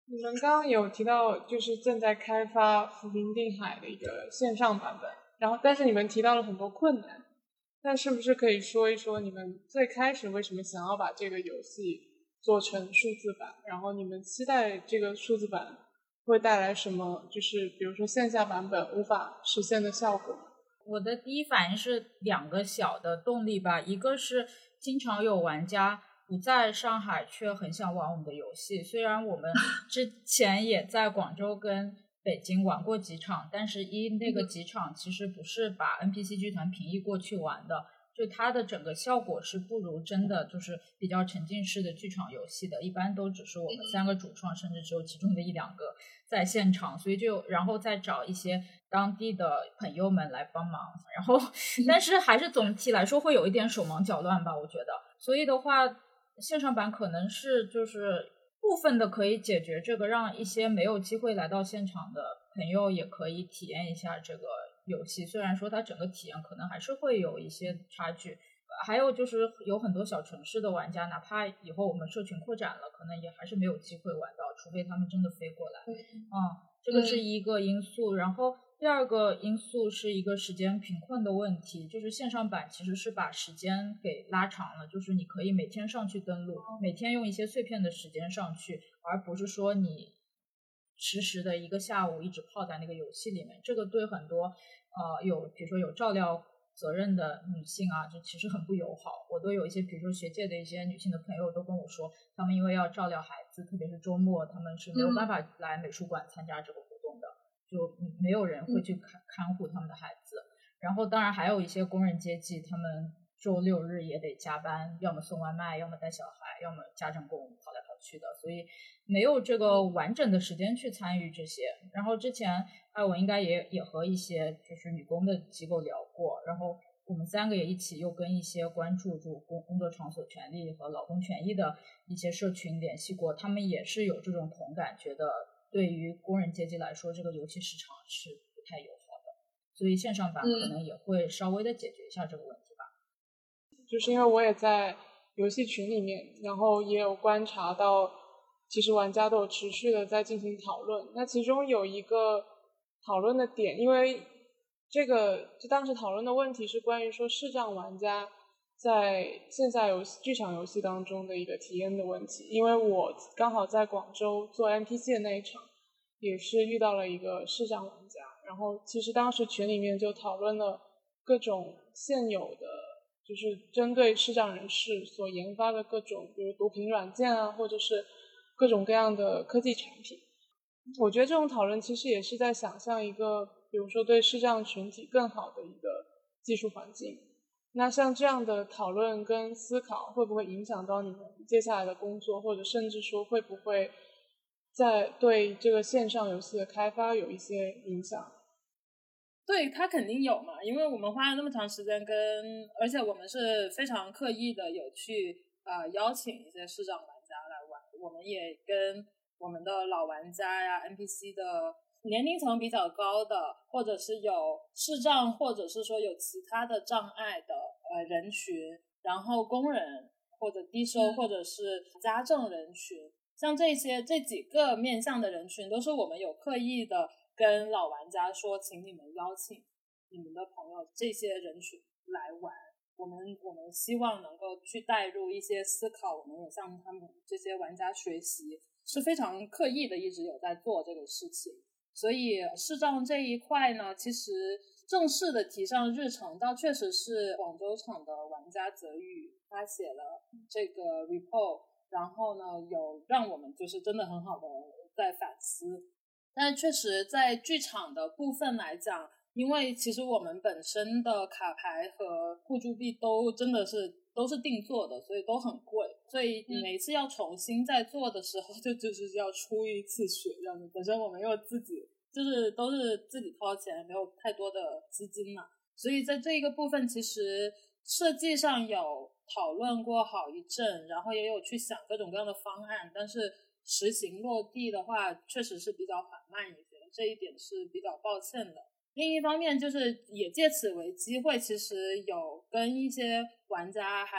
你们刚刚有提到就是正在开发浮云定海的一个线上版本，然后但是你们提到了很多困难，那是不是可以说一说你们最开始为什么想要把这个游戏做成数字版，然后你们期待这个数字版会带来什么，就是比如说线下版本无法实现的效果？ 我的第一反应是两个小的动力吧，一个是经常有玩家不在上海却很想玩我们的游戏，虽然我们之前也在广州跟北京玩过几场，但是一那个几场其实不是把 N P C 剧团平移过去玩的，就它的整个效果是不如真的就是比较沉浸式的剧场游戏的，一般都只是我们三个主创甚至只有其中的一两个在现场，所以就然后再找一些当地的朋友们来帮忙，然后但是还是总体来说会有一点手忙脚乱吧，我觉得。所以的话线上版可能是就是部分的可以解决这个，让一些没有机会来到现场的朋友也可以体验一下这个游戏，虽然说它整个体验可能还是会有一些差距。还有就是有很多小城市的玩家，哪怕以后我们社群扩展了，可能也还是没有机会玩到，除非他们真的飞过来。嗯，这个是一个因素。然后第二个因素是一个时间贫困的问题，就是线上版其实是把时间给拉长了，就是你可以每天上去登录，每天用一些碎片的时间上去，而不是说你实时的一个下午一直泡在那个游戏里面。这个对很多呃有比如说有照料责任的女性啊，这其实很不友好。我都有一些比如说学界的一些女性的朋友都跟我说，他们因为要照料孩子，特别是周末，他们是没有办法来美术馆参加这个活动的，就没有人会去看看护他们的孩子。然后当然还有一些工人阶级，他们周六日也得加班，要么送外卖，要么带小孩，要么家政工跑来跑去的，所以没有这个完整的时间去参与这些。然后之前哎，我应该也也和一些就是女工的机构聊过，然后我们三个也一起又跟一些关注住工工作场所权利和劳工权益的一些社群联系过，他们也是有这种同感，觉得对于工人阶级来说，这个游戏市场是不太友好的，所以线上版可能也会稍微的解决一下这个问题吧。 嗯、就是因为我也在游戏群里面，然后也有观察到，其实玩家都有持续的在进行讨论。那其中有一个讨论的点，因为这个就当时讨论的问题是关于说视障玩家在线下游戏剧场游戏当中的一个体验的问题。因为我刚好在广州做 N P C 的那一场也是遇到了一个视障玩家，然后其实当时群里面就讨论了各种现有的就是针对视障人士所研发的各种比如读屏软件啊，或者是各种各样的科技产品。我觉得这种讨论其实也是在想象一个比如说对视障群体更好的一个技术环境。那像这样的讨论跟思考会不会影响到你们接下来的工作，或者甚至说会不会在对这个线上游戏的开发有一些影响？ 对，它肯定有嘛，因为我们花了那么长时间跟，而且我们是非常刻意的有去呃邀请一些视障玩家来玩，我们也跟我们的老玩家呀 N P C 的年龄层比较高的，或者是有视障或者是说有其他的障碍的呃人群，然后工人或者低收、嗯、或者是家政人群，像这些这几个面向的人群都是我们有刻意的跟老玩家说，请你们邀请你们的朋友这些人群来玩，我们我们希望能够去带入一些思考，我们也向他们这些玩家学习，是非常刻意的一直有在做这个事情。所以视障这一块呢，其实正式的提上日程倒确实是广州场的玩家泽宇他写了这个 report， 然后呢有让我们就是真的很好的在反思。但确实在剧场的部分来讲，因为其实我们本身的卡牌和互助币都真的是都是定做的，所以都很贵，所以每一次要重新再做的时候就就是要出一次血这样子。本身我们又自己就是都是自己掏钱，没有太多的资金嘛，所以在这一个部分其实设计上有讨论过好一阵，然后也有去想各种各样的方案，但是实行落地的话确实是比较缓慢一些，这一点是比较抱歉的。另一方面就是也借此为机会，其实有跟一些玩家还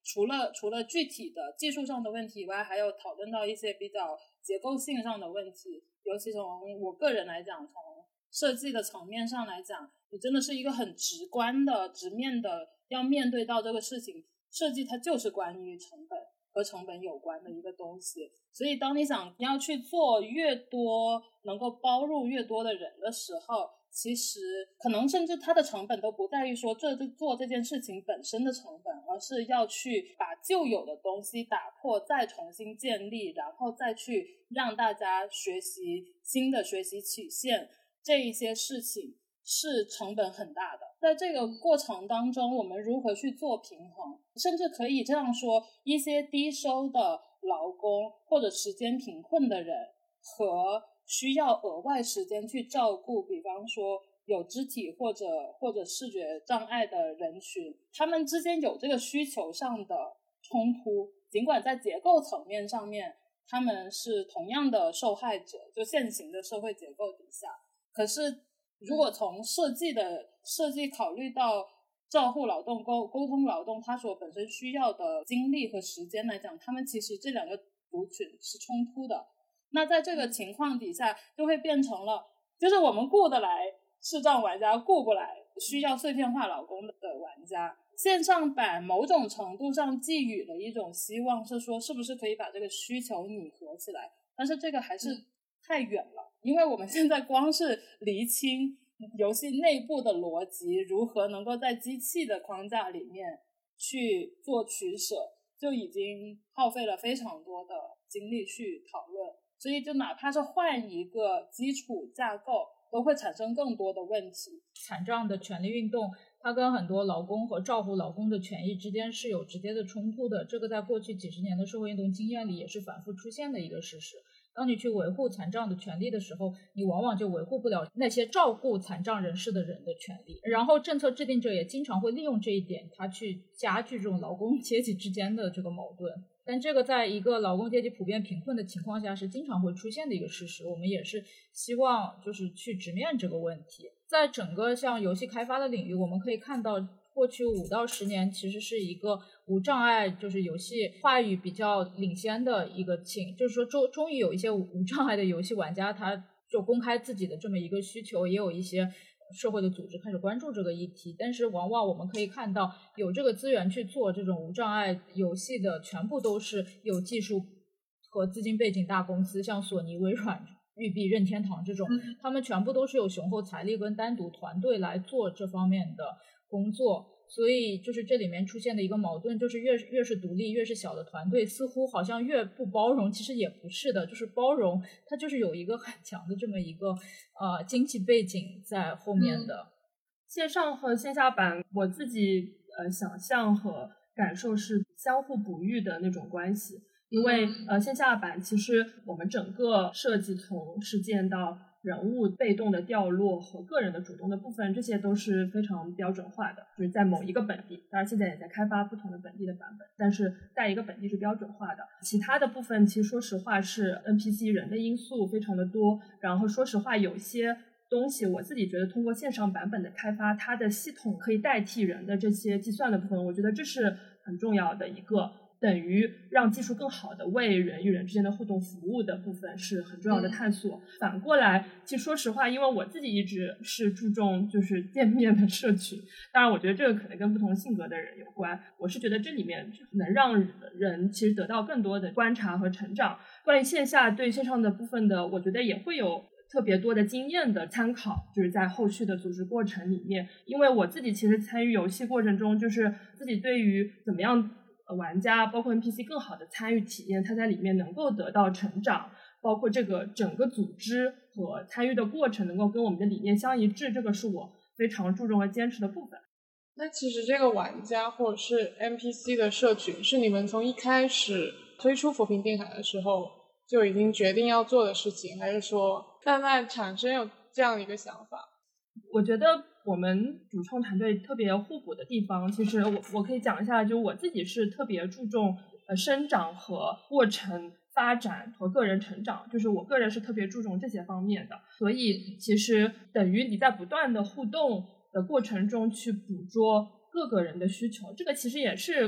除了除了具体的技术上的问题以外，还有讨论到一些比较结构性上的问题。尤其从我个人来讲，从设计的层面上来讲，你真的是一个很直观的直面的要面对到这个事情。设计它就是关于成本和成本有关的一个东西，所以当你想要去做越多能够包入越多的人的时候，其实可能甚至它的成本都不在于说这做这件事情本身的成本，而是要去把旧有的东西打破，再重新建立，然后再去让大家学习新的学习曲线，这一些事情是成本很大的。在这个过程当中，我们如何去做平衡，甚至可以这样说，一些低收的劳工或者时间贫困的人和需要额外时间去照顾，比方说有肢体或者或者视觉障碍的人群，他们之间有这个需求上的冲突，尽管在结构层面上面他们是同样的受害者，就现行的社会结构底下，可是如果从设计的设计考虑到照护劳动沟沟通劳动它所本身需要的精力和时间来讲，他们其实这两个族群是冲突的。那在这个情况底下就会变成了，就是我们顾得来视障玩家，顾不来需要碎片化劳工的玩家。线上版某种程度上寄予了一种希望，是说是不是可以把这个需求拟合起来，但是这个还是太远了，因为我们现在光是厘清游戏内部的逻辑如何能够在机器的框架里面去做取舍，就已经耗费了非常多的精力去讨论，所以就哪怕是换一个基础架构都会产生更多的问题。 残障的权利运动它跟很多劳工和照顾劳工的权益之间是有直接的冲突的，这个在过去几十年的社会运动经验里也是反复出现的一个事实。当你去维护残障的权利的时候，你往往就维护不了那些照顾残障人士的人的权利，然后政策制定者也经常会利用这一点，他去加剧这种劳工阶级之间的这个矛盾。但这个在一个劳工阶级普遍贫困的情况下是经常会出现的一个事实，我们也是希望就是去直面这个问题。在整个像游戏开发的领域，我们可以看到过去五到十年其实是一个无障碍就是游戏话语比较领先的一个情，就是说终终于有一些无障碍的游戏玩家他就公开自己的这么一个需求，也有一些社会的组织开始关注这个议题。但是往往我们可以看到有这个资源去做这种无障碍游戏的全部都是有技术和资金背景大公司，像索尼、微软、育碧、任天堂这种，他们全部都是有雄厚财力跟单独团队来做这方面的工作。所以就是这里面出现的一个矛盾，就是越越是独立越是小的团队似乎好像越不包容，其实也不是的，就是包容它就是有一个很强的这么一个呃经济背景在后面的、嗯、 线上和线下版我自己呃想象和感受是相互哺育的那种关系，因为呃线下版其实我们整个设计从事件到人物被动的掉落和个人的主动的部分，这些都是非常标准化的，就是在某一个本地，当然现在也在开发不同的本地的版本，但是在一个本地是标准化的。其他的部分其实说实话是 N P C 人的因素非常的多，然后说实话有些东西我自己觉得通过线上版本的开发，它的系统可以代替人的这些计算的部分，我觉得这是很重要的一个，等于让技术更好的为人与人之间的互动服务的部分是很重要的探索、嗯、反过来其实说实话因为我自己一直是注重就是店面的社群，当然我觉得这个可能跟不同性格的人有关，我是觉得这里面能让人其实得到更多的观察和成长。关于线下对线上的部分的我觉得也会有特别多的经验的参考，就是在后续的组织过程里面，因为我自己其实参与游戏过程中就是自己对于怎么样玩家包括 N P C 更好的参与体验，它在里面能够得到成长，包括这个整个组织和参与的过程能够跟我们的理念相一致，这个是我非常注重和坚持的部分。 那其实这个玩家或者是 N P C 的社群是你们从一开始推出扶贫定海的时候就已经决定要做的事情，还是说慢慢产生有这样一个想法？ 我觉得我们主创团队特别互补的地方，其实我我可以讲一下，就我自己是特别注重呃生长和过程发展和个人成长，就是我个人是特别注重这些方面的，所以其实等于你在不断的互动的过程中去捕捉各个人的需求，这个其实也是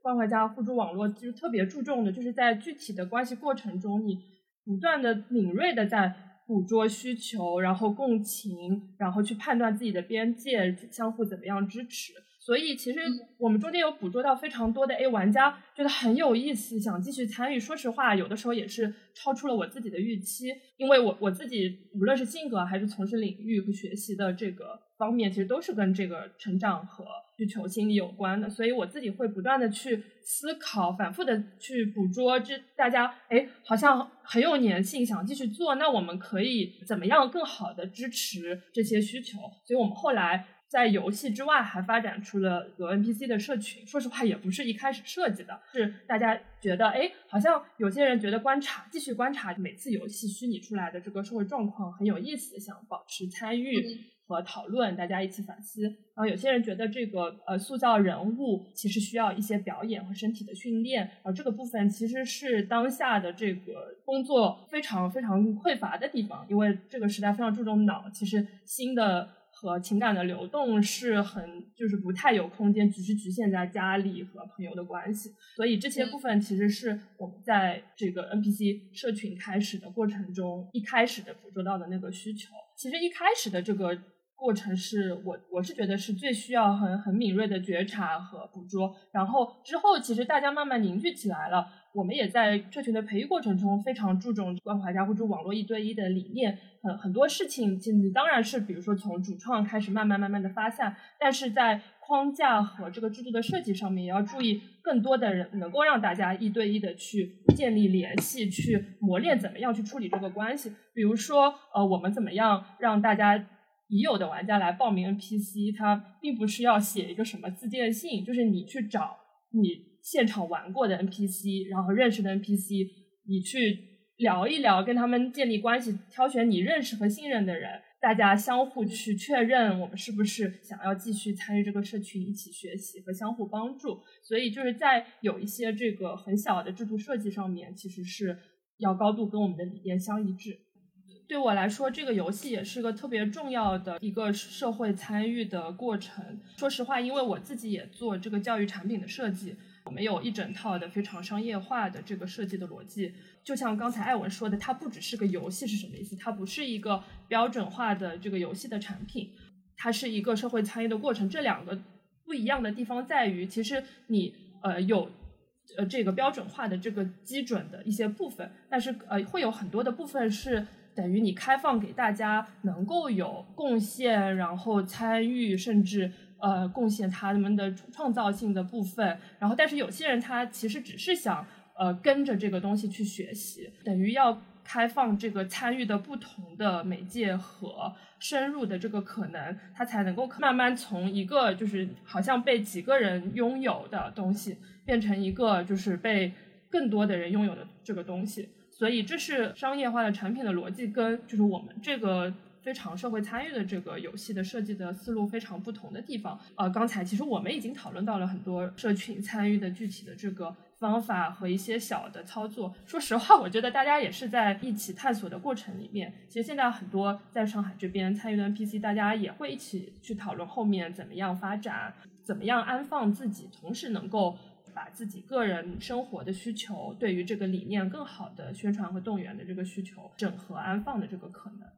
关怀家互助网络就是特别注重的，就是在具体的关系过程中，你不断的敏锐的在捕捉需求，然后共情，然后去判断自己的边界，相互怎么样支持。所以其实我们中间有捕捉到非常多的 A 玩家觉得很有意思，想继续参与。说实话，有的时候也是超出了我自己的预期，因为我我自己无论是性格还是从事领域和学习的这个方面，其实都是跟这个成长和需求心理有关的，所以我自己会不断的去思考，反复的去捕捉这大家哎好像很有粘性，想继续做，那我们可以怎么样更好的支持这些需求。所以我们后来在游戏之外还发展出了有 N P C 的社群，说实话也不是一开始设计的，是大家觉得哎，好像有些人觉得观察继续观察每次游戏虚拟出来的这个社会状况很有意思，想保持参与和讨论，大家一起反思。然后有些人觉得这个呃塑造人物其实需要一些表演和身体的训练，然后这个部分其实是当下的这个工作非常非常匮乏的地方，因为这个时代非常注重脑，其实新的和情感的流动是很就是不太有空间，只是局限在家里和朋友的关系，所以这些部分其实是我们在这个 N P C 社群开始的过程中一开始的捕捉到的那个需求。其实一开始的这个过程是我我是觉得是最需要很很敏锐的觉察和捕捉，然后之后其实大家慢慢凝聚起来了。我们也在社群的培育过程中非常注重关怀家互助网络一对一的理念，很很多事情当然是比如说从主创开始慢慢慢慢的发散，但是在框架和这个制度的设计上面也要注意更多的人能够让大家一对一的去建立联系，去磨练怎么样去处理这个关系。比如说呃，我们怎么样让大家已有的玩家来报名 N P C， 他并不是要写一个什么自荐信，就是你去找你现场玩过的 N P C， 然后认识的 N P C， 你去聊一聊，跟他们建立关系，挑选你认识和信任的人，大家相互去确认我们是不是想要继续参与这个社群，一起学习和相互帮助。所以就是在有一些这个很小的制度设计上面，其实是要高度跟我们的理念相一致。对我来说，这个游戏也是个特别重要的一个社会参与的过程。说实话，因为我自己也做这个教育产品的设计，我们有一整套的非常商业化的这个设计的逻辑。就像刚才艾文说的，它不只是个游戏是什么意思？它不是一个标准化的这个游戏的产品，它是一个社会参与的过程。这两个不一样的地方在于，其实你呃有呃这个标准化的这个基准的一些部分，但是呃会有很多的部分是等于你开放给大家能够有贡献，然后参与，甚至呃贡献他们的创造性的部分。然后但是有些人他其实只是想呃跟着这个东西去学习，等于要开放这个参与的不同的媒介和深入的这个可能，它才能够慢慢从一个就是好像被几个人拥有的东西变成一个就是被更多的人拥有的这个东西。所以这是商业化的产品的逻辑跟就是我们这个非常社会参与的这个游戏的设计的思路非常不同的地方。呃，刚才其实我们已经讨论到了很多社群参与的具体的这个方法和一些小的操作。说实话，我觉得大家也是在一起探索的过程里面。其实现在很多在上海这边参与的 N P C， 大家也会一起去讨论后面怎么样发展，怎么样安放自己，同时能够把自己个人生活的需求对于这个理念更好的宣传和动员的这个需求整合安放的这个可能。